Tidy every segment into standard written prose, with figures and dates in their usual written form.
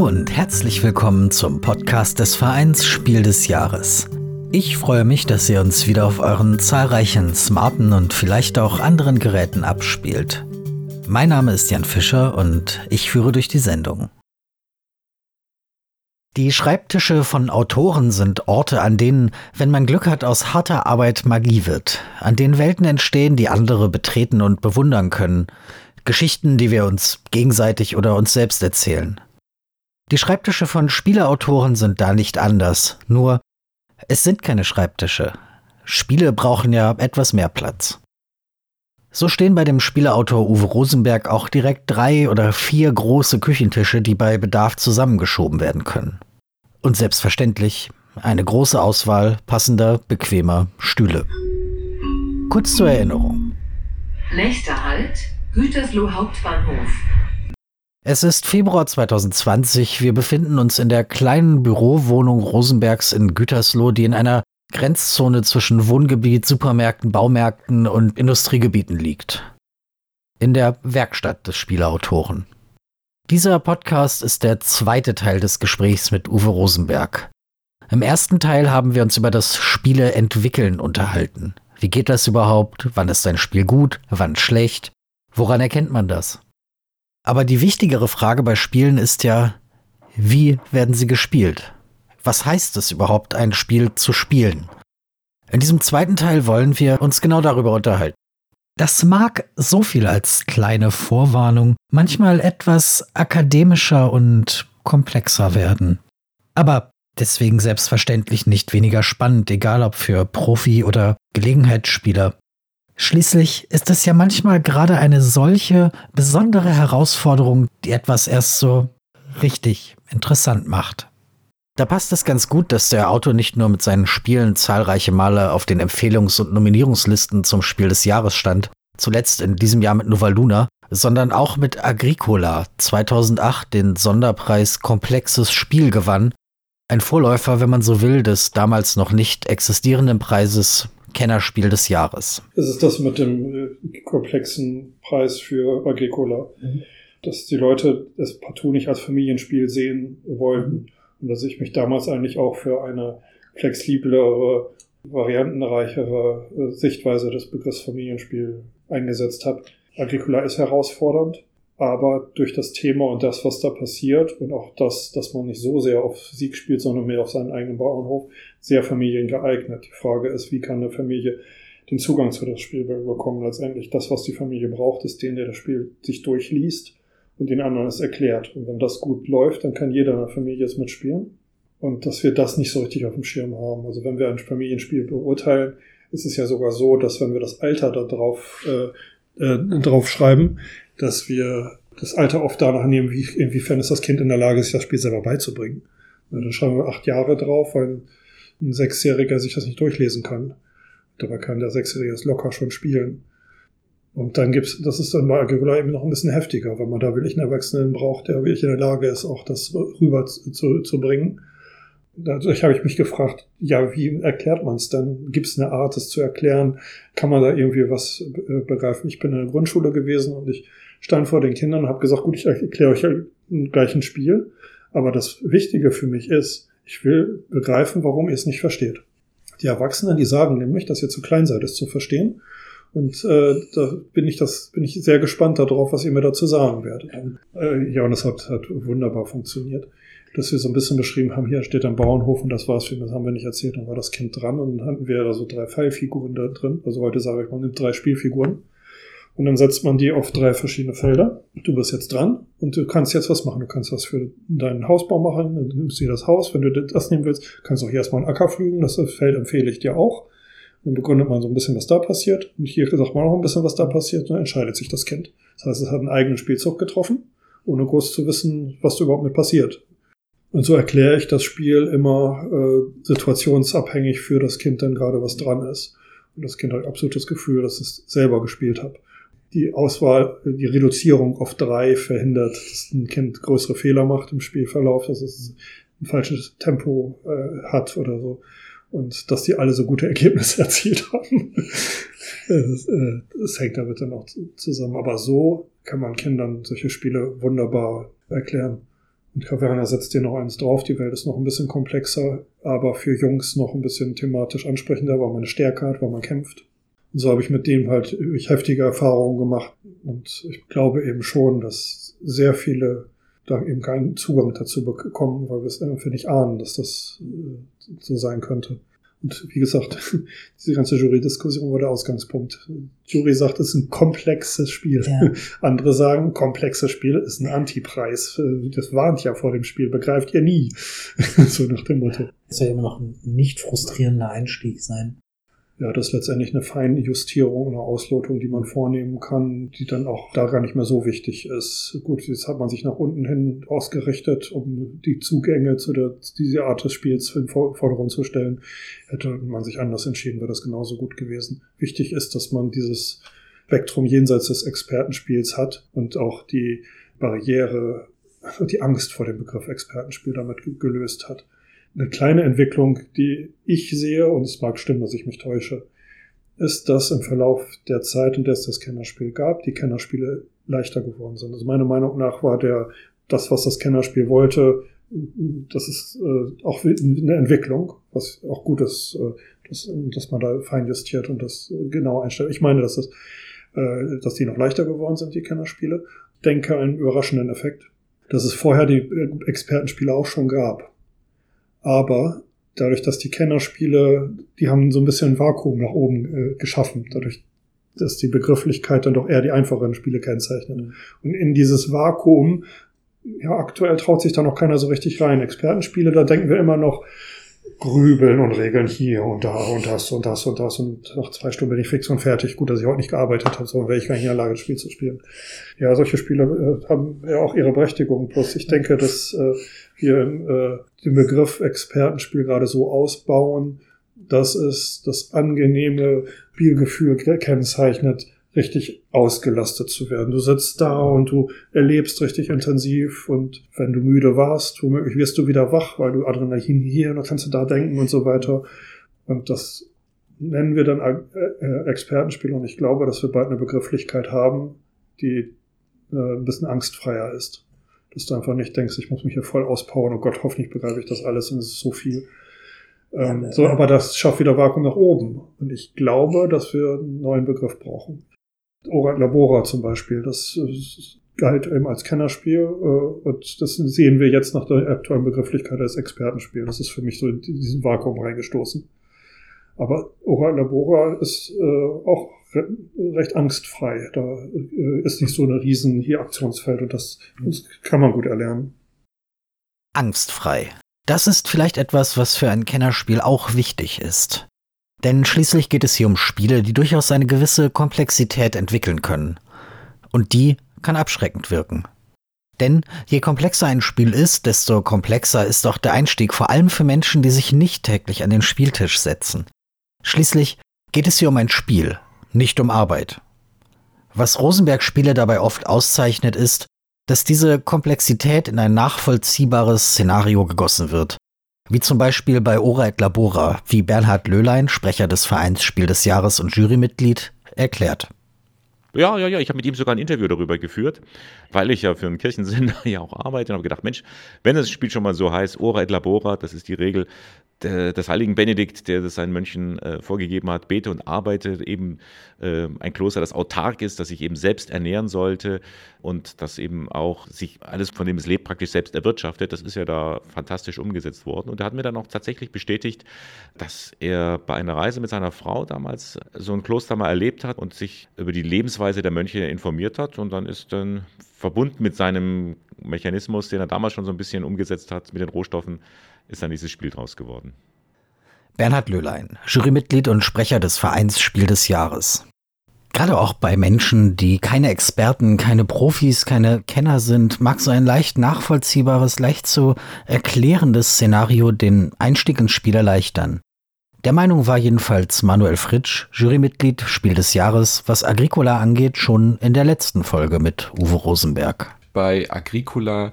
Hallo und herzlich willkommen zum Podcast des Vereins Spiel des Jahres. Ich freue mich, dass ihr uns wieder auf euren zahlreichen smarten und vielleicht auch anderen Geräten abspielt. Mein Name ist Jan Fischer und ich führe durch die Sendung. Die Schreibtische von Autoren sind Orte, an denen, wenn man Glück hat, aus harter Arbeit Magie wird, an denen Welten entstehen, die andere betreten und bewundern können, Geschichten, die wir uns gegenseitig oder uns selbst erzählen. Die Schreibtische von Spieleautoren sind da nicht anders, nur es sind keine Schreibtische. Spiele brauchen ja etwas mehr Platz. So stehen bei dem Spieleautor Uwe Rosenberg auch direkt 3 oder 4 große Küchentische, die bei Bedarf zusammengeschoben werden können. Und selbstverständlich eine große Auswahl passender, bequemer Stühle. Kurz zur Erinnerung. Nächster Halt, Gütersloh Hauptbahnhof. Es ist Februar 2020, wir befinden uns in der kleinen Bürowohnung Rosenbergs in Gütersloh, die in einer Grenzzone zwischen Wohngebiet, Supermärkten, Baumärkten und Industriegebieten liegt. In der Werkstatt des Spieleautoren. Dieser Podcast ist der zweite Teil des Gesprächs mit Uwe Rosenberg. Im ersten Teil haben wir uns über das Spieleentwickeln unterhalten. Wie geht das überhaupt? Wann ist ein Spiel gut? Wann schlecht? Woran erkennt man das? Aber die wichtigere Frage bei Spielen ist ja, wie werden sie gespielt? Was heißt es überhaupt, ein Spiel zu spielen? In diesem zweiten Teil wollen wir uns genau darüber unterhalten. Das mag so viel als kleine Vorwarnung manchmal etwas akademischer und komplexer werden. Aber deswegen selbstverständlich nicht weniger spannend, egal ob für Profi- oder Gelegenheitsspieler. Schließlich ist es ja manchmal gerade eine solche besondere Herausforderung, die etwas erst so richtig interessant macht. Da passt es ganz gut, dass der Autor nicht nur mit seinen Spielen zahlreiche Male auf den Empfehlungs- und Nominierungslisten zum Spiel des Jahres stand, zuletzt in diesem Jahr mit Nova Luna, sondern auch mit Agricola 2008 den Sonderpreis Komplexes Spiel gewann, ein Vorläufer, wenn man so will, des damals noch nicht existierenden Preises Kennerspiel des Jahres. Es ist das mit dem komplexen Preis für Agricola, dass die Leute es partout nicht als Familienspiel sehen wollten und dass ich mich damals eigentlich auch für eine flexiblere, variantenreichere Sichtweise des Begriffs Familienspiel eingesetzt habe. Agricola ist herausfordernd, aber durch das Thema und das, was da passiert und auch das, dass man nicht so sehr auf Sieg spielt, sondern mehr auf seinen eigenen Bauernhof, sehr familiengeeignet. Die Frage ist, wie kann eine Familie den Zugang zu das Spiel bekommen? Letztendlich das, was die Familie braucht, ist den, der das Spiel sich durchliest und den anderen es erklärt. Und wenn das gut läuft, dann kann jeder in der Familie es mitspielen. Und dass wir das nicht so richtig auf dem Schirm haben. Also wenn wir ein Familienspiel beurteilen, ist es ja sogar so, dass wenn wir das Alter da drauf schreiben, dass wir das Alter oft danach nehmen, inwiefern ist das Kind in der Lage, sich das Spiel selber beizubringen. Und dann schreiben wir 8 Jahre drauf, weil ein 6-Jähriger sich das nicht durchlesen kann. Dabei kann der 6-Jährige es locker schon spielen. Und dann das ist dann bei Agricola eben noch ein bisschen heftiger, weil man da wirklich einen Erwachsenen braucht, der wirklich in der Lage ist, auch das rüber zu bringen. Dadurch habe ich mich gefragt, ja, wie erklärt man es dann? Gibt es eine Art, es zu erklären? Kann man da irgendwie was begreifen? Ich bin in der Grundschule gewesen und ich stand vor den Kindern und habe gesagt, gut, ich erkläre euch gleich ein Spiel. Aber das Wichtige für mich ist, ich will begreifen, warum ihr es nicht versteht. Die Erwachsenen, die sagen nämlich, dass ihr zu klein seid, es zu verstehen. Und da bin ich sehr gespannt darauf, was ihr mir dazu sagen werdet. Ja, und das hat wunderbar funktioniert. Dass wir so ein bisschen beschrieben haben, hier steht ein Bauernhof und das war's, das haben wir nicht erzählt, dann war das Kind dran und dann hatten wir da so 3 Pfeilfiguren da drin. Also heute sage ich, man nimmt 3 Spielfiguren und dann setzt man die auf 3 verschiedene Felder. Du bist jetzt dran und du kannst jetzt was machen. Du kannst was für deinen Hausbau machen, dann nimmst du dir das Haus. Wenn du das nehmen willst, kannst du auch hier erstmal einen Acker pflügen. Das Feld empfehle ich dir auch. Dann begründet man so ein bisschen, was da passiert. Und hier sagt man auch ein bisschen, was da passiert. Und dann entscheidet sich das Kind. Das heißt, es hat einen eigenen Spielzug getroffen, ohne groß zu wissen, was da überhaupt mit passiert. Und so erkläre ich das Spiel immer situationsabhängig für das Kind, dann gerade was dran ist. Und das Kind hat absolut das Gefühl, dass es selber gespielt hat. Die Auswahl, die Reduzierung auf 3 verhindert, dass ein Kind größere Fehler macht im Spielverlauf, dass es ein falsches Tempo hat oder so. Und dass die alle so gute Ergebnisse erzielt haben. Das hängt damit dann auch zusammen. Aber so kann man Kindern solche Spiele wunderbar erklären. Und Caverna setzt dir noch eins drauf, die Welt ist noch ein bisschen komplexer, aber für Jungs noch ein bisschen thematisch ansprechender, weil man eine Stärke hat, weil man kämpft. Und so habe ich mit dem halt heftige Erfahrungen gemacht. Und ich glaube eben schon, dass sehr viele da eben keinen Zugang dazu bekommen, weil wir es einfach nicht ahnen, dass das so sein könnte. Und wie gesagt, diese ganze Jury-Diskussion war der Ausgangspunkt. Jury sagt, es ist ein komplexes Spiel. Ja. Andere sagen, komplexes Spiel ist ein Antipreis. Das warnt ja vor dem Spiel, begreift ihr nie. So nach dem Motto. Das soll ja immer noch ein nicht frustrierender Einstieg sein. Ja, das ist letztendlich eine feine Justierung, eine Auslotung, die man vornehmen kann, die dann auch da gar nicht mehr so wichtig ist. Gut, jetzt hat man sich nach unten hin ausgerichtet, um die Zugänge zu dieser Art des Spiels in Vordergrund zu stellen. Hätte man sich anders entschieden, wäre das genauso gut gewesen. Wichtig ist, dass man dieses Spektrum jenseits des Expertenspiels hat und auch die Barriere, die Angst vor dem Begriff Expertenspiel damit gelöst hat. Eine kleine Entwicklung, die ich sehe, und es mag stimmen, dass ich mich täusche, ist, dass im Verlauf der Zeit, in der es das Kennerspiel gab, die Kennerspiele leichter geworden sind. Also meiner Meinung nach war das, was das Kennerspiel wollte, das ist auch eine Entwicklung, was auch gut ist, dass man da fein justiert und das genau einstellt. Ich meine, dass die noch leichter geworden sind, die Kennerspiele. Ich denke, einen überraschenden Effekt, dass es vorher die Expertenspiele auch schon gab. Aber dadurch, dass die Kennerspiele, die haben so ein bisschen ein Vakuum nach oben geschaffen, dadurch, dass die Begrifflichkeit dann doch eher die einfacheren Spiele kennzeichnet. Mhm. Und in dieses Vakuum, ja, aktuell traut sich da noch keiner so richtig rein. Expertenspiele, da denken wir immer noch grübeln und regeln hier und da und das und das und das und nach 2 Stunden bin ich fix und fertig. Gut, dass ich heute nicht gearbeitet habe, so wäre ich gar nicht in der Lage, das Spiel zu spielen. Ja, solche Spiele haben ja auch ihre Berechtigung. Bloß ich denke, dass wir den Begriff Expertenspiel gerade so ausbauen, dass es das angenehme Spielgefühl kennzeichnet, richtig ausgelastet zu werden. Du sitzt da und du erlebst richtig intensiv und wenn du müde warst, womöglich wirst du wieder wach, weil du Adrenalin hier und dann kannst du da denken und so weiter. Und das nennen wir dann Expertenspiel und ich glaube, dass wir bald eine Begrifflichkeit haben, die ein bisschen angstfreier ist. Dass du einfach nicht denkst, ich muss mich hier voll auspowern, oh Gott, hoffentlich begreife ich das alles und es ist so viel. Aber das schafft wieder Vakuum nach oben. Und ich glaube, dass wir einen neuen Begriff brauchen. Ora et Labora zum Beispiel, das galt eben als Kennerspiel und das sehen wir jetzt nach der aktuellen Begrifflichkeit als Expertenspiel. Das ist für mich so in diesen Vakuum reingestoßen. Aber Ora et Labora ist auch recht angstfrei. Da ist nicht so eine riesen hier Aktionsfeld und das kann man gut erlernen. Angstfrei. Das ist vielleicht etwas, was für ein Kennerspiel auch wichtig ist. Denn schließlich geht es hier um Spiele, die durchaus eine gewisse Komplexität entwickeln können. Und die kann abschreckend wirken. Denn je komplexer ein Spiel ist, desto komplexer ist auch der Einstieg, vor allem für Menschen, die sich nicht täglich an den Spieltisch setzen. Schließlich geht es hier um ein Spiel, nicht um Arbeit. Was Rosenberg-Spiele dabei oft auszeichnet, ist, dass diese Komplexität in ein nachvollziehbares Szenario gegossen wird. Wie zum Beispiel bei Ora et Labora, wie Bernhard Löhlein, Sprecher des Vereins Spiel des Jahres und Jurymitglied, erklärt. Ja, ich habe mit ihm sogar ein Interview darüber geführt, weil ich ja für einen Kirchensender ja auch arbeite und habe gedacht, Mensch, wenn das Spiel schon mal so heißt, Ora et Labora, das ist die Regel des heiligen Benedikt, der das seinen Mönchen vorgegeben hat, bete und arbeite, eben ein Kloster, das autark ist, das sich eben selbst ernähren sollte und das eben auch sich alles, von dem es lebt, praktisch selbst erwirtschaftet. Das ist ja da fantastisch umgesetzt worden. Und er hat mir dann auch tatsächlich bestätigt, dass er bei einer Reise mit seiner Frau damals so ein Kloster mal erlebt hat und sich über die Lebensweise der Mönche informiert hat und dann ist dann verbunden mit seinem Mechanismus, den er damals schon so ein bisschen umgesetzt hat mit den Rohstoffen, ist dann dieses Spiel draus geworden. Bernhard Löhlein, Jurymitglied und Sprecher des Vereins Spiel des Jahres. Gerade auch bei Menschen, die keine Experten, keine Profis, keine Kenner sind, mag so ein leicht nachvollziehbares, leicht zu erklärendes Szenario den Einstieg ins Spiel erleichtern. Der Meinung war jedenfalls Manuel Fritsch, Jurymitglied Spiel des Jahres, was Agricola angeht, schon in der letzten Folge mit Uwe Rosenberg. Bei Agricola,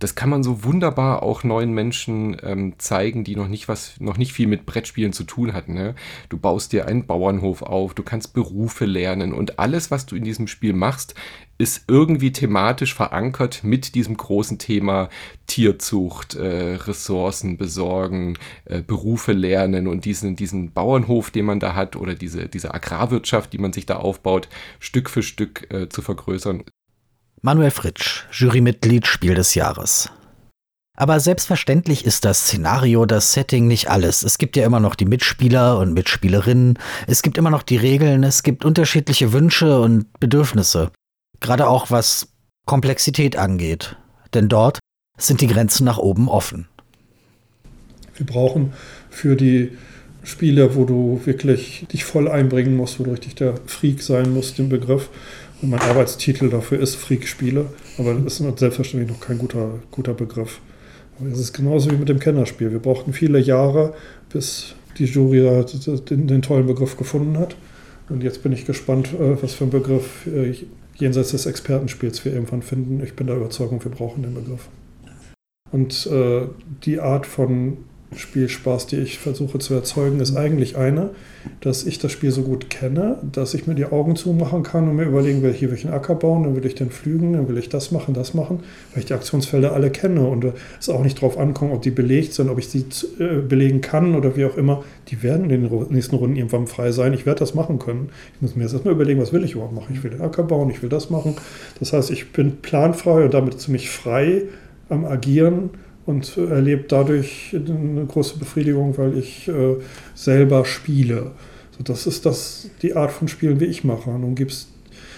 das kann man so wunderbar auch neuen Menschen zeigen, die noch nicht viel mit Brettspielen zu tun hatten. Ne? Du baust dir einen Bauernhof auf, du kannst Berufe lernen und alles, was du in diesem Spiel machst, ist irgendwie thematisch verankert mit diesem großen Thema Tierzucht, Ressourcen besorgen, Berufe lernen und diesen Bauernhof, den man da hat, oder diese Agrarwirtschaft, die man sich da aufbaut, Stück für Stück zu vergrößern. Manuel Fritsch, Jurymitglied Spiel des Jahres. Aber selbstverständlich ist das Szenario, das Setting nicht alles. Es gibt ja immer noch die Mitspieler und Mitspielerinnen, es gibt immer noch die Regeln, es gibt unterschiedliche Wünsche und Bedürfnisse. Gerade auch was Komplexität angeht. Denn dort sind die Grenzen nach oben offen. Wir brauchen für die Spiele, wo du wirklich dich voll einbringen musst, wo du richtig der Freak sein musst, den Begriff. Und mein Arbeitstitel dafür ist Freak-Spiele. Aber das ist selbstverständlich noch kein guter Begriff. Aber es ist genauso wie mit dem Kennerspiel. Wir brauchten viele Jahre, bis die Jury den tollen Begriff gefunden hat. Und jetzt bin ich gespannt, was für ein Begriff jenseits des Expertenspiels wir irgendwann finden. Ich bin der Überzeugung, wir brauchen den Begriff. Und die Art von Spielspaß, die ich versuche zu erzeugen, ist eigentlich eine, dass ich das Spiel so gut kenne, dass ich mir die Augen zumachen kann und mir überlegen will, hier will ich einen Acker bauen, dann will ich den pflügen, dann will ich das machen, weil ich die Aktionsfelder alle kenne und es auch nicht drauf ankommt, ob die belegt sind, ob ich sie belegen kann oder wie auch immer. Die werden in den nächsten Runden irgendwann frei sein. Ich werde das machen können. Ich muss mir jetzt erstmal überlegen, was will ich überhaupt machen. Ich will den Acker bauen, ich will das machen. Das heißt, ich bin planfrei und damit ziemlich frei am Agieren und erlebe dadurch eine große Befriedigung, weil ich selber spiele. So, das ist die Art von Spielen, wie ich mache. Und nun gibt es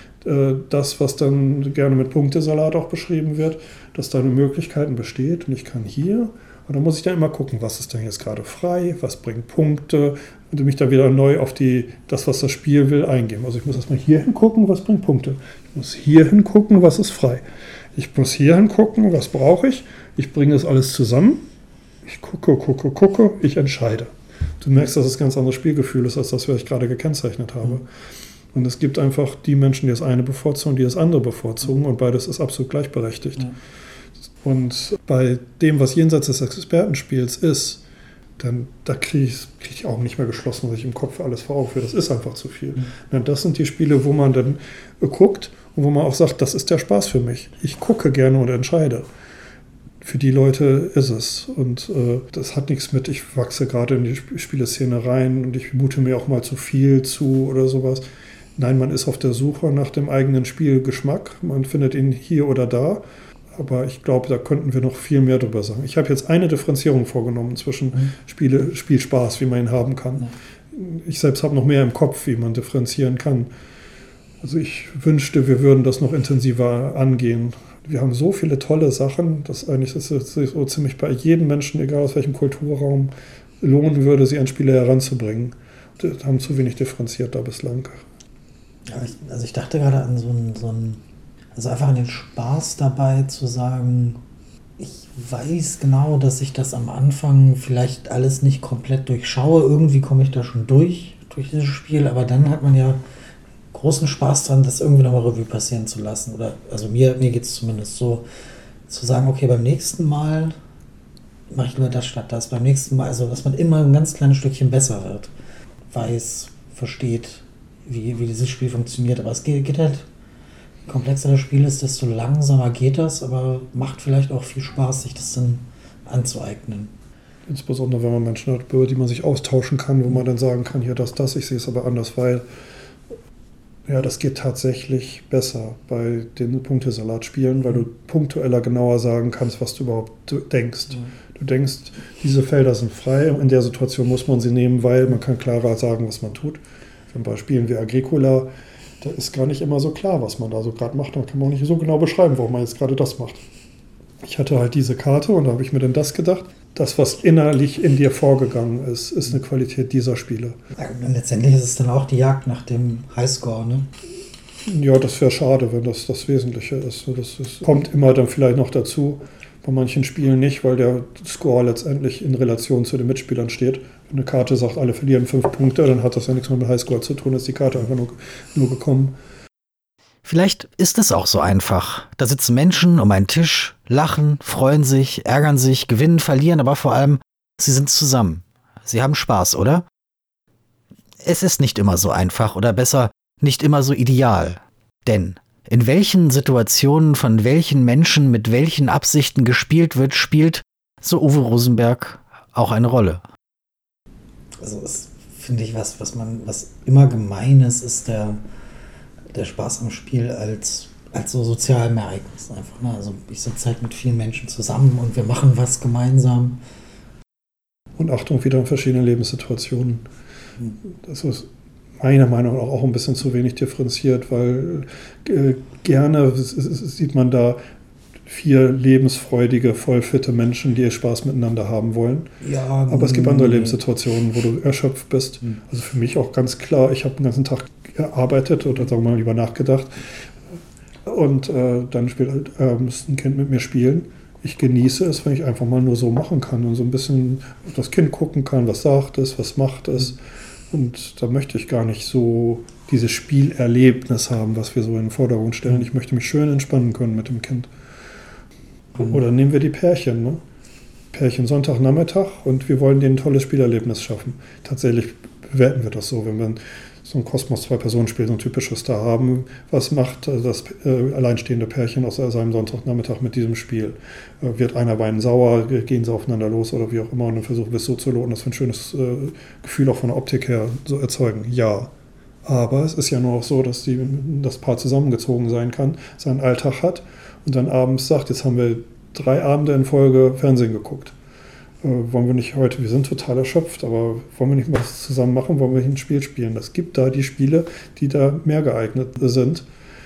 das, was dann gerne mit Punktesalat auch beschrieben wird, dass da eine Möglichkeiten besteht und ich kann hier, und dann muss ich dann immer gucken, was ist denn jetzt gerade frei, was bringt Punkte und mich dann wieder neu auf das, was das Spiel will, eingeben. Also ich muss erstmal hier hingucken, was bringt Punkte. Ich muss hier hingucken, was ist frei. Ich muss hier hingucken, was brauche ich. Ich bringe das alles zusammen. Ich gucke, ich entscheide. Du merkst, dass es ein ganz anderes Spielgefühl ist, als das, was ich gerade gekennzeichnet habe. Und es gibt einfach die Menschen, die das eine bevorzugen, die das andere bevorzugen und beides ist absolut gleichberechtigt. Ja. Und bei dem, was jenseits des Expertenspiels ist, dann da kriege ich die Augen nicht mehr geschlossen, dass ich im Kopf alles vor Augen führe. Das ist einfach zu viel. Ja. Das sind die Spiele, wo man dann guckt und wo man auch sagt, das ist der Spaß für mich. Ich gucke gerne und entscheide. Für die Leute ist es. Und das hat nichts mit, ich wachse gerade in die Spieleszene rein und ich mute mir auch mal zu viel zu oder sowas. Nein, man ist auf der Suche nach dem eigenen Spielgeschmack. Man findet ihn hier oder da. Aber ich glaube, da könnten wir noch viel mehr drüber sagen. Ich habe jetzt eine Differenzierung vorgenommen zwischen Spielspaß, wie man ihn haben kann. Ja. Ich selbst habe noch mehr im Kopf, wie man differenzieren kann. Also ich wünschte, wir würden das noch intensiver angehen. Wir haben so viele tolle Sachen, dass eigentlich das sich so ziemlich bei jedem Menschen, egal aus welchem Kulturraum, lohnen würde, sie an Spiele heranzubringen. Wir haben zu wenig differenziert da bislang. Ja, also ich dachte gerade an also einfach an den Spaß dabei zu sagen, ich weiß genau, dass ich das am Anfang vielleicht alles nicht komplett durchschaue. Irgendwie komme ich da schon durch dieses Spiel, aber dann hat man ja großen Spaß dran, das irgendwie nochmal Revue passieren zu lassen. Oder, also mir geht es zumindest so, zu sagen, okay, beim nächsten Mal mache ich nur das statt das. Beim nächsten Mal, also dass man immer ein ganz kleines Stückchen besser wird. Weiß, versteht, wie dieses Spiel funktioniert. Aber es geht halt, je komplexer das Spiel ist, desto langsamer geht das, aber macht vielleicht auch viel Spaß, sich das dann anzueignen. Insbesondere, wenn man Menschen hat, über die man sich austauschen kann, wo man dann sagen kann, hier das, ich sehe es aber anders, weil ja, das geht tatsächlich besser bei den Punktesalat-Spielen, weil du punktueller genauer sagen kannst, was du überhaupt denkst. Ja. Du denkst, diese Felder sind frei, in der Situation muss man sie nehmen, weil man kann klarer sagen, was man tut. Bei Spielen wie Agricola, da ist gar nicht immer so klar, was man da so gerade macht. Da kann man auch nicht so genau beschreiben, warum man jetzt gerade das macht. Ich hatte halt diese Karte und da habe ich mir dann das gedacht. Das, was innerlich in dir vorgegangen ist, ist eine Qualität dieser Spiele. Und letztendlich ist es dann auch die Jagd nach dem Highscore, ne? Ja, das wäre schade, wenn das Wesentliche ist. Kommt immer dann vielleicht noch dazu, bei manchen Spielen nicht, weil der Score letztendlich in Relation zu den Mitspielern steht. Wenn eine Karte sagt, alle verlieren 5 Punkte, dann hat das ja nichts mehr mit Highscore zu tun, ist die Karte einfach nur gekommen. Vielleicht ist es auch so einfach. Da sitzen Menschen um einen Tisch, lachen, freuen sich, ärgern sich, gewinnen, verlieren, aber vor allem, sie sind zusammen. Sie haben Spaß, oder? Es ist nicht immer so einfach oder besser, nicht immer so ideal. Denn in welchen Situationen von welchen Menschen mit welchen Absichten gespielt wird, spielt, so Uwe Rosenberg, auch eine Rolle. Also es finde ich was immer Gemeines ist der Spaß am Spiel als so sozialem Ereignis einfach. Ne? Also ich sitze halt mit vielen Menschen zusammen und wir machen was gemeinsam. Und Achtung, wieder in verschiedenen Lebenssituationen. Das ist meiner Meinung nach auch ein bisschen zu wenig differenziert, weil gerne sieht man da 4 lebensfreudige, vollfitte Menschen, die Spaß miteinander haben wollen. Ja, aber es gibt andere Lebenssituationen, wo du erschöpft bist. Also für mich auch ganz klar, ich habe den ganzen Tag gearbeitet oder sagen wir mal lieber nachgedacht und dann spielt halt abends ein Kind mit mir spielen. Ich genieße es, wenn ich einfach mal nur so machen kann und so ein bisschen auf das Kind gucken kann, was sagt es, was macht es. Und da möchte ich gar nicht so dieses Spielerlebnis haben, was wir so in den Vordergrund stellen. Ich möchte mich schön entspannen können mit dem Kind. Oder nehmen wir die Pärchen. Ne? Pärchen Sonntagnachmittag und wir wollen denen ein tolles Spielerlebnis schaffen. Tatsächlich bewerten wir das so, wenn wir so ein Kosmos 2-Personen-Spiel, so ein typisches da haben. Was macht das alleinstehende Pärchen aus seinem Sonntagnachmittag mit diesem Spiel? Wird einer beiden sauer, gehen sie aufeinander los oder wie auch immer und dann versuchen wir es so zu loten, dass wir ein schönes Gefühl auch von der Optik her so erzeugen. Ja, aber es ist ja nur auch so, dass das Paar zusammengezogen sein kann, seinen Alltag hat und dann abends sagt, jetzt haben wir 3 Abende in Folge Fernsehen geguckt. Wollen wir nicht heute, wir sind total erschöpft, aber wollen wir nicht was zusammen machen, wollen wir nicht ein Spiel spielen? Es gibt da die Spiele, die da mehr geeignet sind.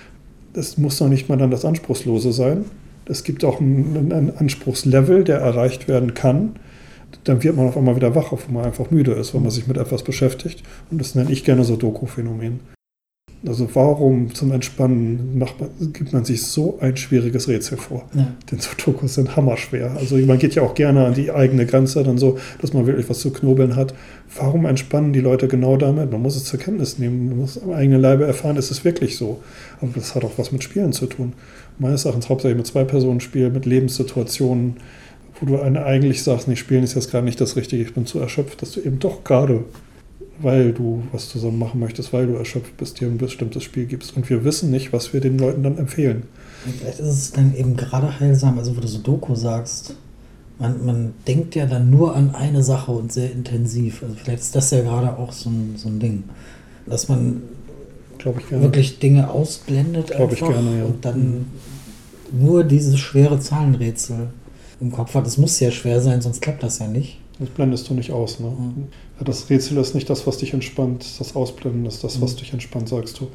Es muss doch nicht mal dann das Anspruchslose sein. Es gibt auch einen Anspruchslevel, der erreicht werden kann. Dann wird man auf einmal wieder wach, obwohl man einfach müde ist, wenn man sich mit etwas beschäftigt. Und das nenne ich gerne so Doku-Phänomen. Also warum zum Entspannen gibt man sich so ein schwieriges Rätsel vor? Ja. Denn so Dokus sind hammerschwer. Also man geht ja auch gerne an die eigene Grenze, dann so, dass man wirklich was zu knobeln hat. Warum entspannen die Leute genau damit? Man muss es zur Kenntnis nehmen, man muss am eigenen Leibe erfahren, ist es wirklich so. Aber das hat auch was mit Spielen zu tun. Meines Erachtens hauptsächlich mit 2-Personen-Spiel, mit Lebenssituationen, wo du eigentlich sagst, nicht spielen ist jetzt gerade nicht das Richtige, ich bin zu erschöpft, dass du eben doch gerade, weil du was zusammen machen möchtest, weil du erschöpft bist, dir ein bestimmtes Spiel gibst. Und wir wissen nicht, was wir den Leuten dann empfehlen. Und vielleicht ist es dann eben gerade heilsam, also wo du so Doku sagst, man denkt ja dann nur an eine Sache und sehr intensiv. Also vielleicht ist das ja gerade auch so ein Ding, dass man wirklich Dinge ausblendet einfach und dann nur dieses schwere Zahlenrätsel im Kopf hat. Das muss ja schwer sein, sonst klappt das ja nicht. Das blendest du nicht aus, ne? Mhm. Ja, das Rätsel ist nicht das, was dich entspannt, das Ausblenden ist das, was dich entspannt, sagst du.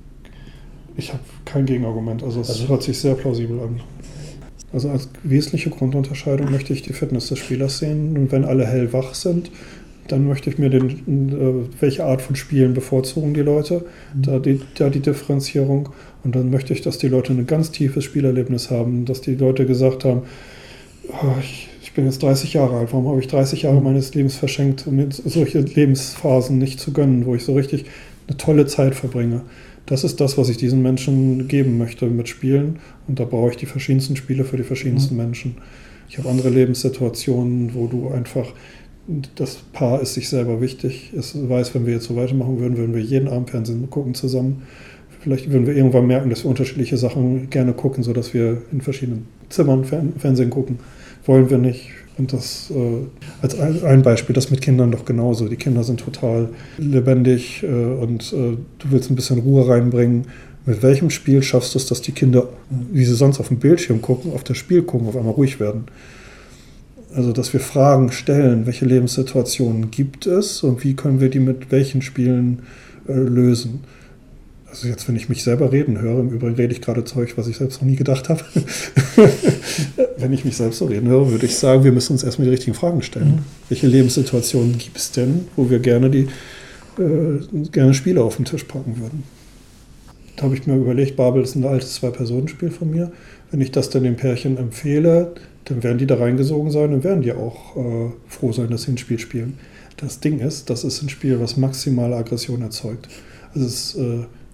Ich habe kein Gegenargument, also es hört sich sehr plausibel an. Also als wesentliche Grundunterscheidung möchte ich die Fitness des Spielers sehen und wenn alle hellwach sind, dann möchte ich mir welche Art von Spielen bevorzugen die Leute, da die Differenzierung und dann möchte ich, dass die Leute ein ganz tiefes Spielerlebnis haben, dass die Leute gesagt haben, ich bin jetzt 30 Jahre alt, warum habe ich 30 Jahre meines Lebens verschenkt, mir solche Lebensphasen nicht zu gönnen, wo ich so richtig eine tolle Zeit verbringe. Das ist das, was ich diesen Menschen geben möchte mit Spielen und da brauche ich die verschiedensten Spiele für die verschiedensten Menschen. Ich habe andere Lebenssituationen, wo du einfach, das Paar ist sich selber wichtig, es weiß, wenn wir jetzt so weitermachen würden wir jeden Abend Fernsehen gucken zusammen. Vielleicht würden wir irgendwann merken, dass wir unterschiedliche Sachen gerne gucken, sodass wir in verschiedenen Zimmern Fernsehen gucken. Wollen wir nicht. Und das als ein Beispiel, das mit Kindern doch genauso. Die Kinder sind total lebendig und du willst ein bisschen Ruhe reinbringen. Mit welchem Spiel schaffst du es, dass die Kinder, wie sie sonst auf dem Bildschirm gucken, auf das Spiel gucken, auf einmal ruhig werden? Also, dass wir Fragen stellen, welche Lebenssituationen gibt es und wie können wir die mit welchen Spielen lösen? Also jetzt, wenn ich mich selber reden höre, im Übrigen rede ich gerade Zeug, was ich selbst noch nie gedacht habe. Wenn ich mich selbst so reden höre, würde ich sagen, wir müssen uns erstmal die richtigen Fragen stellen. Welche Lebenssituationen gibt es denn, wo wir gerne Spiele auf den Tisch packen würden? Da habe ich mir überlegt, Babel ist ein altes 2-Personen-Spiel von mir. Wenn ich das dann dem Pärchen empfehle, dann werden die da reingesogen sein und werden die auch froh sein, dass sie ein Spiel spielen. Das Ding ist, das ist ein Spiel, was maximale Aggression erzeugt. Also es ist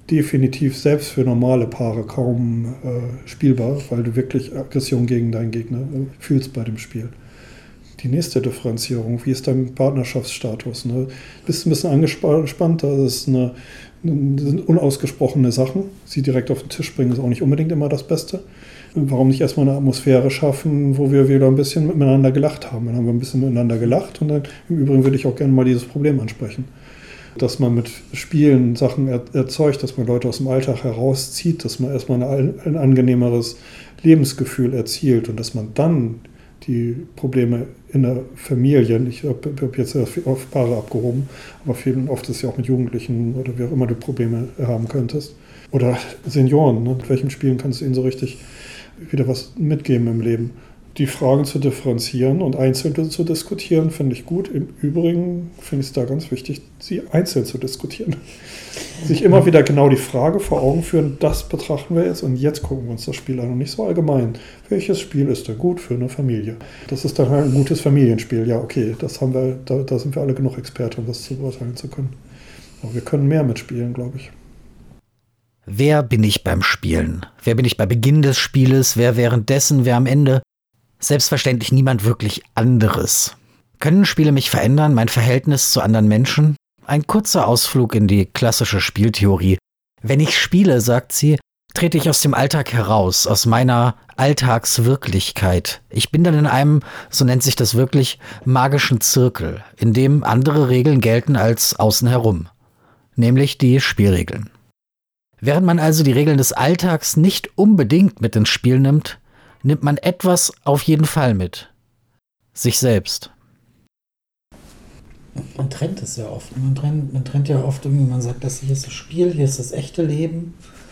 definitiv selbst für normale Paare kaum spielbar, weil du wirklich Aggression gegen deinen Gegner fühlst bei dem Spiel. Die nächste Differenzierung, wie ist dein Partnerschaftsstatus? Ne? Bist du ein bisschen angespannt, das sind unausgesprochene Sachen. Sie direkt auf den Tisch bringen, ist auch nicht unbedingt immer das Beste. Warum nicht erstmal eine Atmosphäre schaffen, wo wir wieder ein bisschen miteinander gelacht haben? Dann haben wir ein bisschen miteinander gelacht und dann im Übrigen würde ich auch gerne mal dieses Problem ansprechen. Dass man mit Spielen Sachen erzeugt, dass man Leute aus dem Alltag herauszieht, dass man erstmal ein angenehmeres Lebensgefühl erzielt und dass man dann die Probleme in der Familie, ich habe jetzt sehr viel auf Paare abgehoben, aber oft ist es ja auch mit Jugendlichen oder wie auch immer du Probleme haben könntest. Oder Senioren, ne? Mit welchen Spielen kannst du ihnen so richtig wieder was mitgeben im Leben? Die Fragen zu differenzieren und einzeln zu diskutieren, finde ich gut. Im Übrigen finde ich es da ganz wichtig, sie einzeln zu diskutieren. Sich immer wieder genau die Frage vor Augen führen, das betrachten wir jetzt und jetzt gucken wir uns das Spiel an und nicht so allgemein. Welches Spiel ist da gut für eine Familie? Das ist dann halt ein gutes Familienspiel. Ja, okay, da sind wir alle genug Experten, um das zu beurteilen zu können. Aber wir können mehr mitspielen, glaube ich. Wer bin ich beim Spielen? Wer bin ich bei Beginn des Spieles? Wer währenddessen? Wer am Ende? Selbstverständlich niemand wirklich anderes. Können Spiele mich verändern, mein Verhältnis zu anderen Menschen? Ein kurzer Ausflug in die klassische Spieltheorie. Wenn ich spiele, sagt sie, trete ich aus dem Alltag heraus, aus meiner Alltagswirklichkeit. Ich bin dann in einem, so nennt sich das wirklich, magischen Zirkel, in dem andere Regeln gelten als außen herum. Nämlich die Spielregeln. Während man also die Regeln des Alltags nicht unbedingt mit ins Spiel nimmt, nimmt man etwas auf jeden Fall mit. Sich selbst. Man trennt es ja oft. Man trennt ja oft irgendwie, man sagt, das hier ist das Spiel, hier ist das echte Leben.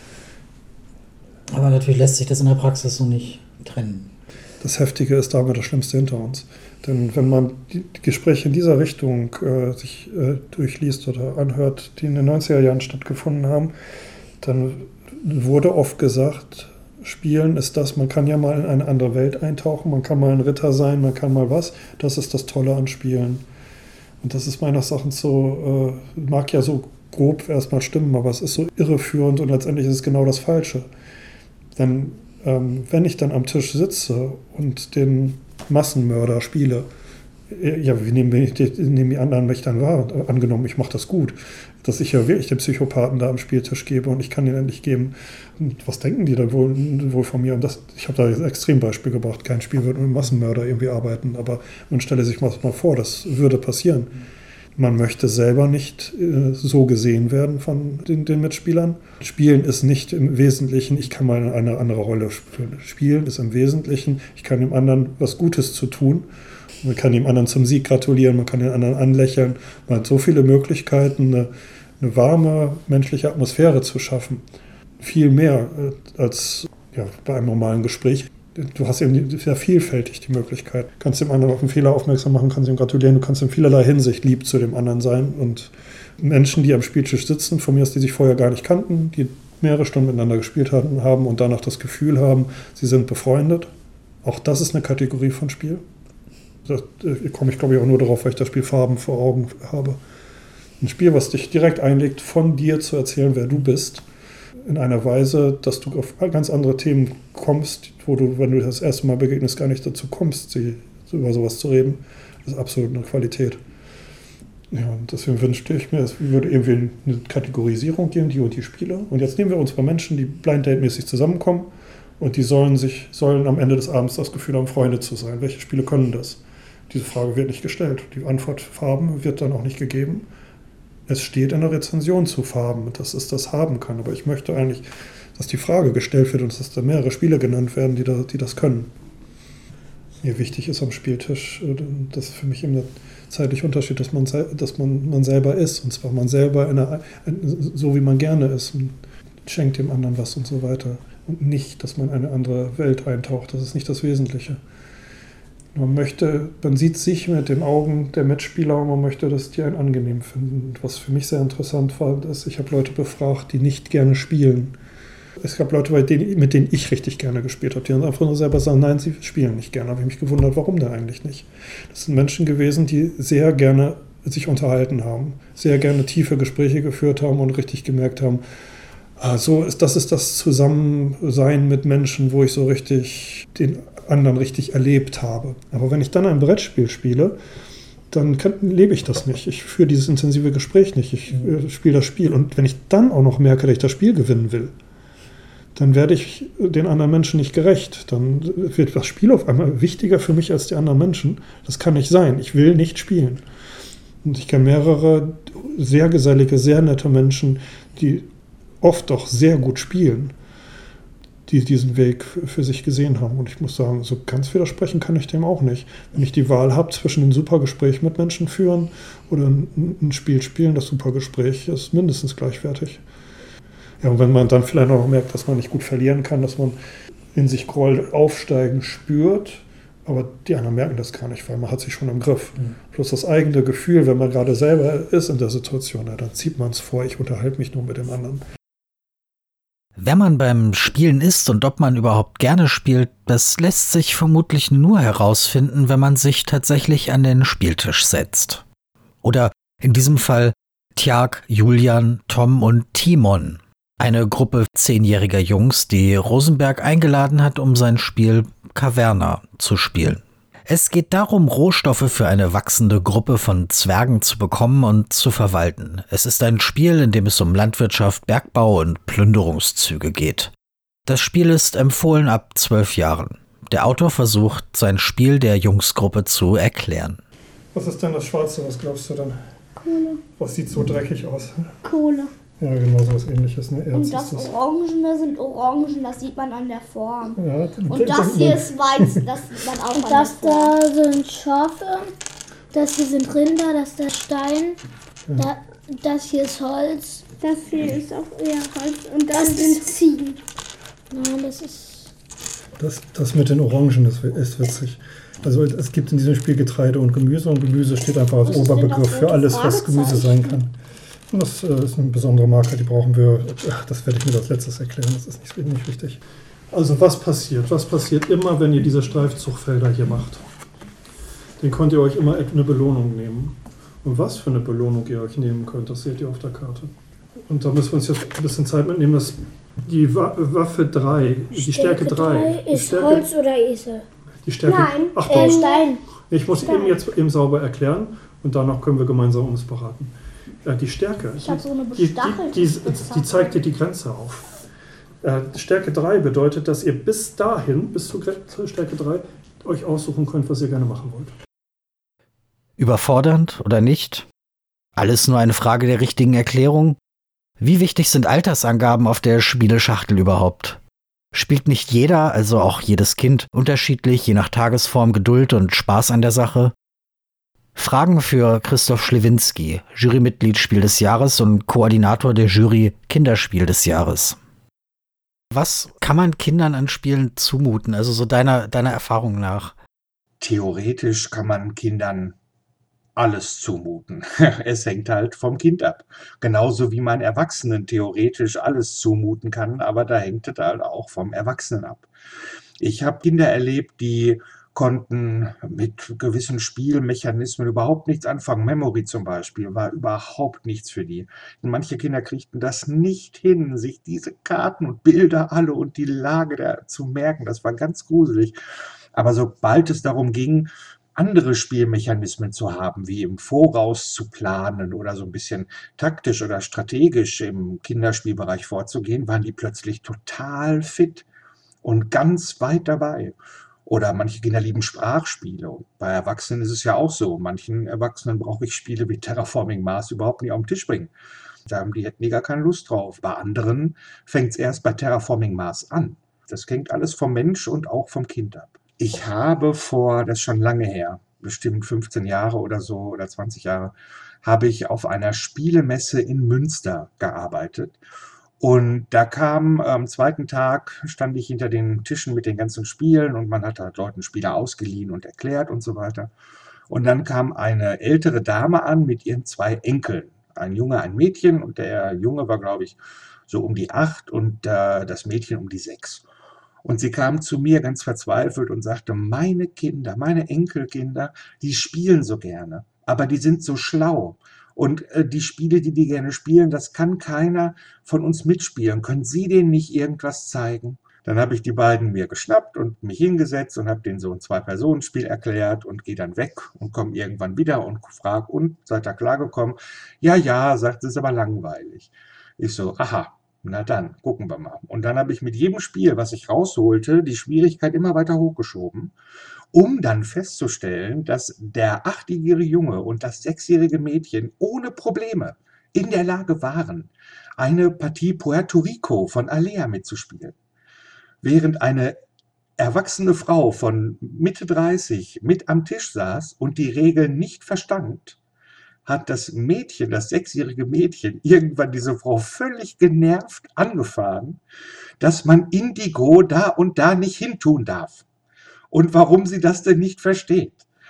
Aber natürlich lässt sich das in der Praxis so nicht trennen. Das Heftige ist damit das Schlimmste hinter uns. Denn wenn man die Gespräche in dieser Richtung sich durchliest oder anhört, die in den 90er Jahren stattgefunden haben, dann wurde oft gesagt, Spielen ist das, man kann ja mal in eine andere Welt eintauchen, man kann mal ein Ritter sein, man kann mal was. Das ist das Tolle an Spielen. Und das ist meines Erachtens so, mag ja so grob erstmal stimmen, aber es ist so irreführend und letztendlich ist es genau das Falsche. Denn wenn ich dann am Tisch sitze und den Massenmörder spiele, ja, wie nehmen die anderen mich dann wahr? Angenommen, ich mache das gut, dass ich ja wirklich den Psychopathen da am Spieltisch gebe und ich kann den endlich geben. Und was denken die dann wohl von mir? Und ich habe da ein Extrembeispiel gebracht. Kein Spiel wird mit einem Massenmörder irgendwie arbeiten, aber man stelle sich mal vor, das würde passieren. Man möchte selber nicht so gesehen werden von den Mitspielern. Spielen ist nicht im Wesentlichen, ich kann mal eine andere Rolle spielen. Spielen ist im Wesentlichen, ich kann dem anderen was Gutes zu tun. Man kann dem anderen zum Sieg gratulieren, man kann den anderen anlächeln. Man hat so viele Möglichkeiten, eine warme menschliche Atmosphäre zu schaffen. Viel mehr als bei einem normalen Gespräch. Du hast eben sehr vielfältig die Möglichkeit. Du kannst dem anderen auf einen Fehler aufmerksam machen, kannst ihm gratulieren, du kannst in vielerlei Hinsicht lieb zu dem anderen sein. Und Menschen, die am Spieltisch sitzen, von mir aus, die sich vorher gar nicht kannten, die mehrere Stunden miteinander gespielt haben und danach das Gefühl haben, sie sind befreundet. Auch das ist eine Kategorie von Spiel. Da komme ich, glaube ich, auch nur darauf, weil ich das Spiel Farben vor Augen habe. Ein Spiel, was dich direkt einlegt, von dir zu erzählen, wer du bist, in einer Weise, dass du auf ganz andere Themen kommst, wo du, wenn du das erste Mal begegnest, gar nicht dazu kommst, über sowas zu reden. Das ist absolut eine Qualität. Ja, und deswegen wünschte ich mir, es würde irgendwie eine Kategorisierung geben, die und die Spiele. Und jetzt nehmen wir uns bei Menschen, die Blind Date-mäßig zusammenkommen und die sollen am Ende des Abends das Gefühl haben, Freunde zu sein. Welche Spiele können das? Diese Frage wird nicht gestellt. Die Antwort Farben wird dann auch nicht gegeben. Es steht in der Rezension zu Farben, dass es das haben kann. Aber ich möchte eigentlich, dass die Frage gestellt wird und dass da mehrere Spiele genannt werden, die das können. Mir wichtig ist am Spieltisch, das ist für mich eben der zeitliche Unterschied, dass man selber ist. Und zwar man selber so wie man gerne ist. Und schenkt dem anderen was und so weiter. Und nicht, dass man in eine andere Welt eintaucht. Das ist nicht das Wesentliche. Man sieht sich mit den Augen der Mitspieler und man möchte, dass die einen angenehm finden. Was für mich sehr interessant war, ist, ich habe Leute befragt, die nicht gerne spielen. Es gab Leute, mit denen ich richtig gerne gespielt habe, die dann einfach nur selber sagen, nein, sie spielen nicht gerne. Da habe ich mich gewundert, warum denn eigentlich nicht? Das sind Menschen gewesen, die sehr gerne sich unterhalten haben, sehr gerne tiefe Gespräche geführt haben und richtig gemerkt haben, Das ist das Zusammensein mit Menschen, wo ich so richtig den anderen richtig erlebt habe. Aber wenn ich dann ein Brettspiel spiele, dann lebe ich das nicht. Ich führe dieses intensive Gespräch nicht. Ich spiele das Spiel. Und wenn ich dann auch noch merke, dass ich das Spiel gewinnen will, dann werde ich den anderen Menschen nicht gerecht. Dann wird das Spiel auf einmal wichtiger für mich als die anderen Menschen. Das kann nicht sein. Ich will nicht spielen. Und ich kenne mehrere sehr gesellige, sehr nette Menschen, die oft auch sehr gut spielen, die diesen Weg für sich gesehen haben. Und ich muss sagen, so ganz widersprechen kann ich dem auch nicht. Wenn ich die Wahl habe zwischen einem super Gespräch mit Menschen führen oder ein Spiel spielen, das super Gespräch ist mindestens gleichwertig. Ja, und wenn man dann vielleicht auch noch merkt, dass man nicht gut verlieren kann, dass man in sich Groll aufsteigen spürt, aber die anderen merken das gar nicht, weil man hat sich schon im Griff. Plus das eigene Gefühl, wenn man gerade selber ist in der Situation, dann zieht man es vor, ich unterhalte mich nur mit dem anderen. Wer man beim Spielen ist und ob man überhaupt gerne spielt, das lässt sich vermutlich nur herausfinden, wenn man sich tatsächlich an den Spieltisch setzt. Oder in diesem Fall Tjag, Julian, Tom und Timon. Eine Gruppe 10-jähriger Jungs, die Rosenberg eingeladen hat, um sein Spiel Caverna zu spielen. Es geht darum, Rohstoffe für eine wachsende Gruppe von Zwergen zu bekommen und zu verwalten. Es ist ein Spiel, in dem es um Landwirtschaft, Bergbau und Plünderungszüge geht. Das Spiel ist empfohlen ab 12 Jahren. Der Autor versucht, sein Spiel der Jungsgruppe zu erklären. Was ist denn das Schwarze? Was glaubst du denn? Kohle. Was sieht so dreckig aus? Kohle. Ja, genau so was Ähnliches. Ne? Und das Orangene sind Orangen, das sieht man an der Form. Ja, und das hier ist Weizen, das sieht man auch und an der Form. Das da sind Schafe, das hier sind Rinder, das ist der Stein, das hier ist Holz. Das hier ist auch eher Holz und das sind Ziegen. Nein, das ist... Das mit den Orangen ist witzig. Also es gibt in diesem Spiel Getreide und Gemüse steht einfach als Oberbegriff für alles, was Gemüse sein kann. Und das ist eine besondere Marke, die brauchen wir. Das werde ich mir als letztes erklären, das ist nicht wichtig. Also was passiert? Was passiert immer, wenn ihr diese Streifzugfelder hier macht? Den könnt ihr euch immer eine Belohnung nehmen. Und was für eine Belohnung ihr euch nehmen könnt, das seht ihr auf der Karte. Und da müssen wir uns jetzt ein bisschen Zeit mitnehmen, dass die Waffe 3, die Stärke 3. Ist Holz oder Esel? Die Stärke, Nein, Stein. Ich muss jetzt eben sauber erklären und danach können wir gemeinsam uns beraten. Die Stärke, ich habe so eine bestachelte die zeigt dir die Grenze auf. Stärke 3 bedeutet, dass ihr bis dahin, bis zur Stärke 3, euch aussuchen könnt, was ihr gerne machen wollt. Überfordernd oder nicht? Alles nur eine Frage der richtigen Erklärung? Wie wichtig sind Altersangaben auf der Spieleschachtel überhaupt? Spielt nicht jeder, also auch jedes Kind, unterschiedlich, je nach Tagesform, Geduld und Spaß an der Sache? Fragen für Christoph Schlewinski, Jurymitglied Spiel des Jahres und Koordinator der Jury Kinderspiel des Jahres. Was kann man Kindern an Spielen zumuten, also so deiner Erfahrung nach? Theoretisch kann man Kindern alles zumuten. Es hängt halt vom Kind ab. Genauso wie man Erwachsenen theoretisch alles zumuten kann, aber da hängt es halt auch vom Erwachsenen ab. Ich habe Kinder erlebt, die konnten mit gewissen Spielmechanismen überhaupt nichts anfangen. Memory zum Beispiel war überhaupt nichts für die. Und manche Kinder kriegten das nicht hin, sich diese Karten und Bilder alle und die Lage da zu merken. Das war ganz gruselig. Aber sobald es darum ging, andere Spielmechanismen zu haben, wie im Voraus zu planen oder so ein bisschen taktisch oder strategisch im Kinderspielbereich vorzugehen, waren die plötzlich total fit und ganz weit dabei. Oder manche Kinder lieben Sprachspiele. Und bei Erwachsenen ist es ja auch so. Manchen Erwachsenen brauche ich Spiele wie Terraforming Mars überhaupt nicht auf den Tisch bringen. Die hätten die gar keine Lust drauf. Bei anderen fängt es erst bei Terraforming Mars an. Das hängt alles vom Mensch und auch vom Kind ab. Ich habe das ist schon lange her, bestimmt 15 Jahre oder so oder 20 Jahre, habe ich auf einer Spielemesse in Münster gearbeitet. Und da kam am zweiten Tag, stand ich hinter den Tischen mit den ganzen Spielen und man hat halt Leuten Spiele ausgeliehen und erklärt und so weiter. Und dann kam eine ältere Dame an mit ihren 2 Enkeln. Ein Junge, ein Mädchen und der Junge war, glaube ich, so um die 8 und das Mädchen um die 6. Und sie kam zu mir ganz verzweifelt und sagte, meine Kinder, meine Enkelkinder, die spielen so gerne, aber die sind so schlau. Und die Spiele, die die gerne spielen, das kann keiner von uns mitspielen. Können Sie denen nicht irgendwas zeigen? Dann habe ich die beiden mir geschnappt und mich hingesetzt und habe denen so ein 2-Personen-Spiel erklärt und gehe dann weg und komme irgendwann wieder und frage, und, seid ihr klargekommen? Ja, sagt, es ist aber langweilig. Ich so, aha, na dann, gucken wir mal. Und dann habe ich mit jedem Spiel, was ich rausholte, die Schwierigkeit immer weiter hochgeschoben, um dann festzustellen, dass der 8-jährige Junge und das 6-jährige Mädchen ohne Probleme in der Lage waren, eine Partie Puerto Rico von Alea mitzuspielen. Während eine erwachsene Frau von Mitte 30 mit am Tisch saß und die Regeln nicht verstand, hat das Mädchen, das 6-jährige Mädchen, irgendwann diese Frau völlig genervt angefahren, dass man Indigo da und da nicht hintun darf. Und warum sie das denn nicht versteht.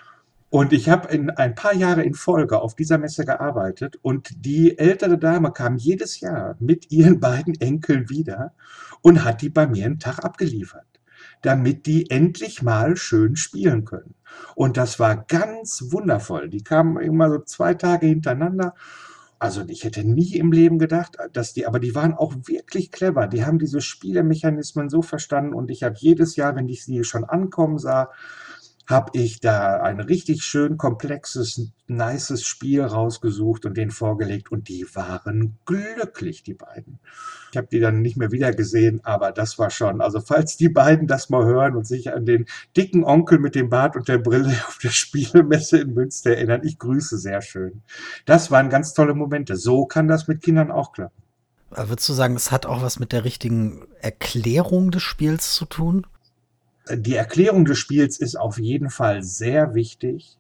Und ich habe in ein paar Jahre in Folge auf dieser Messe gearbeitet und die ältere Dame kam jedes Jahr mit ihren beiden Enkeln wieder und hat die bei mir einen Tag abgeliefert, damit die endlich mal schön spielen können. Und das war ganz wundervoll. Die kamen immer so 2 Tage hintereinander. Also ich hätte nie im Leben gedacht, aber die waren auch wirklich clever. Die haben diese Spielemechanismen so verstanden und ich habe jedes Jahr, wenn ich sie schon ankommen sah, habe ich da ein richtig schön komplexes, nices Spiel rausgesucht und denen vorgelegt und die waren glücklich, die beiden. Ich habe die dann nicht mehr wiedergesehen, aber das war schon, also falls die beiden das mal hören und sich an den dicken Onkel mit dem Bart und der Brille auf der Spielemesse in Münster erinnern, ich grüße sehr schön. Das waren ganz tolle Momente. So kann das mit Kindern auch klappen. Würdest du sagen, es hat auch was mit der richtigen Erklärung des Spiels zu tun? Die Erklärung des Spiels ist auf jeden Fall sehr wichtig.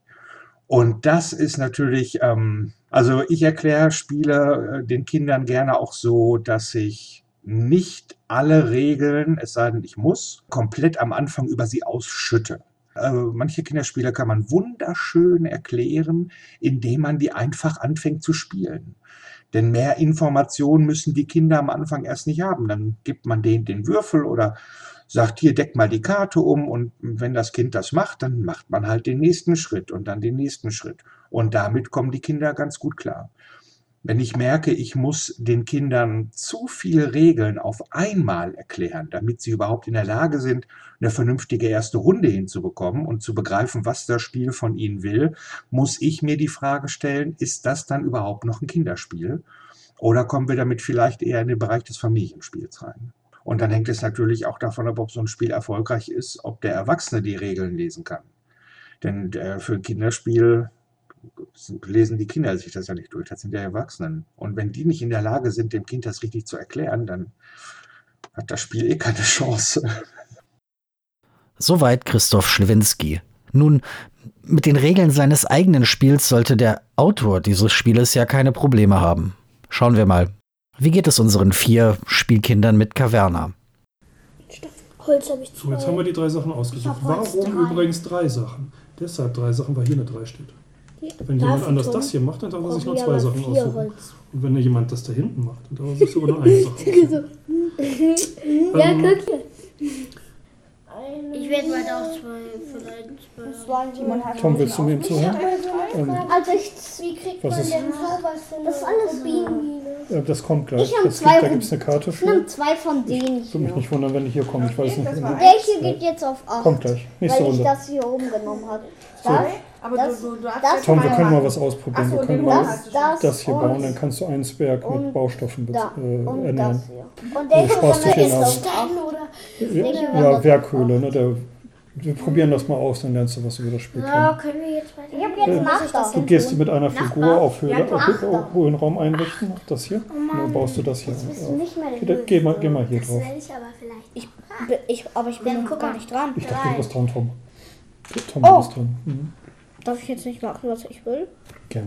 Und das ist natürlich, also ich erkläre Spiele den Kindern gerne auch so, dass ich nicht alle Regeln, es sei denn ich muss, komplett am Anfang über sie ausschütte. Manche Kinderspiele kann man wunderschön erklären, indem man die einfach anfängt zu spielen. Denn mehr Informationen müssen die Kinder am Anfang erst nicht haben. Dann gibt man denen den Würfel oder sagt, hier, deck mal die Karte um und wenn das Kind das macht, dann macht man halt den nächsten Schritt und dann den nächsten Schritt. Und damit kommen die Kinder ganz gut klar. Wenn ich merke, ich muss den Kindern zu viele Regeln auf einmal erklären, damit sie überhaupt in der Lage sind, eine vernünftige erste Runde hinzubekommen und zu begreifen, was das Spiel von ihnen will, muss ich mir die Frage stellen, ist das dann überhaupt noch ein Kinderspiel? Oder kommen wir damit vielleicht eher in den Bereich des Familienspiels rein? Und dann hängt es natürlich auch davon ab, ob so ein Spiel erfolgreich ist, ob der Erwachsene die Regeln lesen kann. Denn für ein Kinderspiel lesen die Kinder sich das ja nicht durch, das sind ja Erwachsenen. Und wenn die nicht in der Lage sind, dem Kind das richtig zu erklären, dann hat das Spiel eh keine Chance. Soweit Christoph Schlewinski. Nun, mit den Regeln seines eigenen Spiels sollte der Autor dieses Spieles ja keine Probleme haben. Schauen wir mal. Wie geht es unseren 4 Spielkindern mit Caverna? Holz habe ich 2. So, jetzt haben wir die 3 Sachen ausgesucht. Warum übrigens 3 Sachen? Deshalb 3 Sachen, weil hier eine 3 steht. Wenn jemand anders das hier macht, dann darf er sich nur 2 Sachen aussuchen. Und wenn jemand das da hinten macht, dann darf er sich sogar nur eine Sache aussuchen. Ja, guck hier. Ich werde weiter auf 2 vielleicht. Tom, willst du mir zuhören? Also wie kriegt man denn sowas? Das ist alles Bienen. Das kommt gleich. Da gibt es eine Karte für. Ich nehme 2 von denen. Ich würde mich nicht wundern, wenn die hier kommen. Ich weiß nicht. Der hier geht jetzt auf 8. Kommt gleich. Nächste weil ich Runde. das hier oben genommen habe. Aber du hast Tom, wir können mal was ausprobieren. Ach so, wir können mal das das hier und bauen, dann kannst du einen Zwerg mit Baustoffen und ernähren. das hier. Und der sparst du hier viel ist nach. auf 8. Ja, Werkhöhle. Ne? Wir probieren das mal aus, dann lernst du was über das Spiel kennen. Können wir jetzt weiter? Ich habe jetzt Nachbar. Du gehst mit einer Figur auf Höhlenraum einrichten. Das hier. Dann baust du das hier. Geh mal hier drauf. Aber ich bin noch gar nicht dran. Ich dachte, du bist dran, Tom. Tom, du bist dran. Mhm. Darf ich jetzt nicht machen, was ich will? Gerne.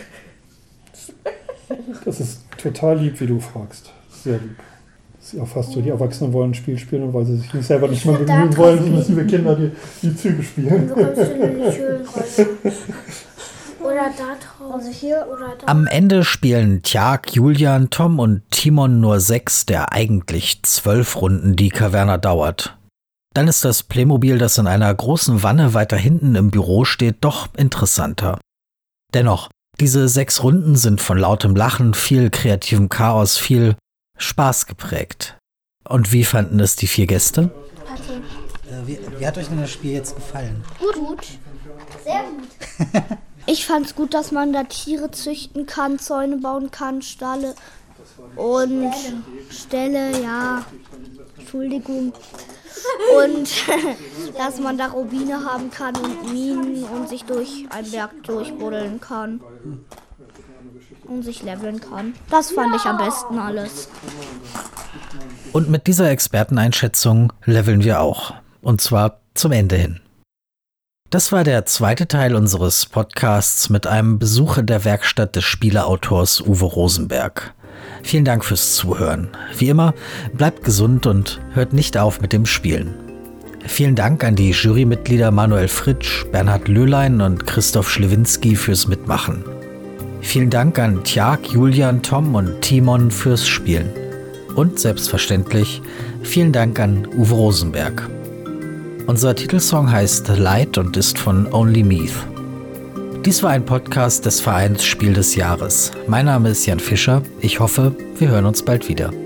Das ist total lieb, wie du fragst. Sehr lieb. Das ist ja fast so, die Erwachsenen wollen ein Spiel spielen und weil sie sich nicht selber nicht mehr bemühen wollen, müssen wir Kinder die Züge spielen. Du kommst in die Schönräume. Oder da drauf. Also hier oder da. Am Ende spielen Tjag, Julian, Tom und Timon nur 6 der eigentlich 12 Runden, die Caverna dauert. Dann ist das Playmobil, das in einer großen Wanne weiter hinten im Büro steht, doch interessanter. Dennoch, Diese 6 Runden sind von lautem Lachen, viel kreativem Chaos, viel Spaß geprägt. Und wie fanden es die 4 Gäste? Wie hat euch denn das Spiel jetzt gefallen? Gut. Sehr gut. Ich fand's gut, dass man da Tiere züchten kann, Zäune bauen kann, Stalle und Ställe, ja. Entschuldigung. Und dass man da Rubine haben kann und Minen und sich durch einen Berg durchbuddeln kann. Und sich leveln kann. Das fand ich am besten alles. Und mit dieser Experteneinschätzung leveln wir auch. Und zwar zum Ende hin. Das war der 2. Teil unseres Podcasts mit einem Besuch in der Werkstatt des Spieleautors Uwe Rosenberg. Vielen Dank fürs Zuhören. Wie immer, bleibt gesund und hört nicht auf mit dem Spielen. Vielen Dank an die Jurymitglieder Manuel Fritsch, Bernhard Löhlein und Christoph Schlewinski fürs Mitmachen. Vielen Dank an Tjag, Julian, Tom und Timon fürs Spielen. Und selbstverständlich vielen Dank an Uwe Rosenberg. Unser Titelsong heißt Light und ist von Only Meath. Dies war ein Podcast des Vereins Spiel des Jahres. Mein Name ist Jan Fischer. Ich hoffe, wir hören uns bald wieder.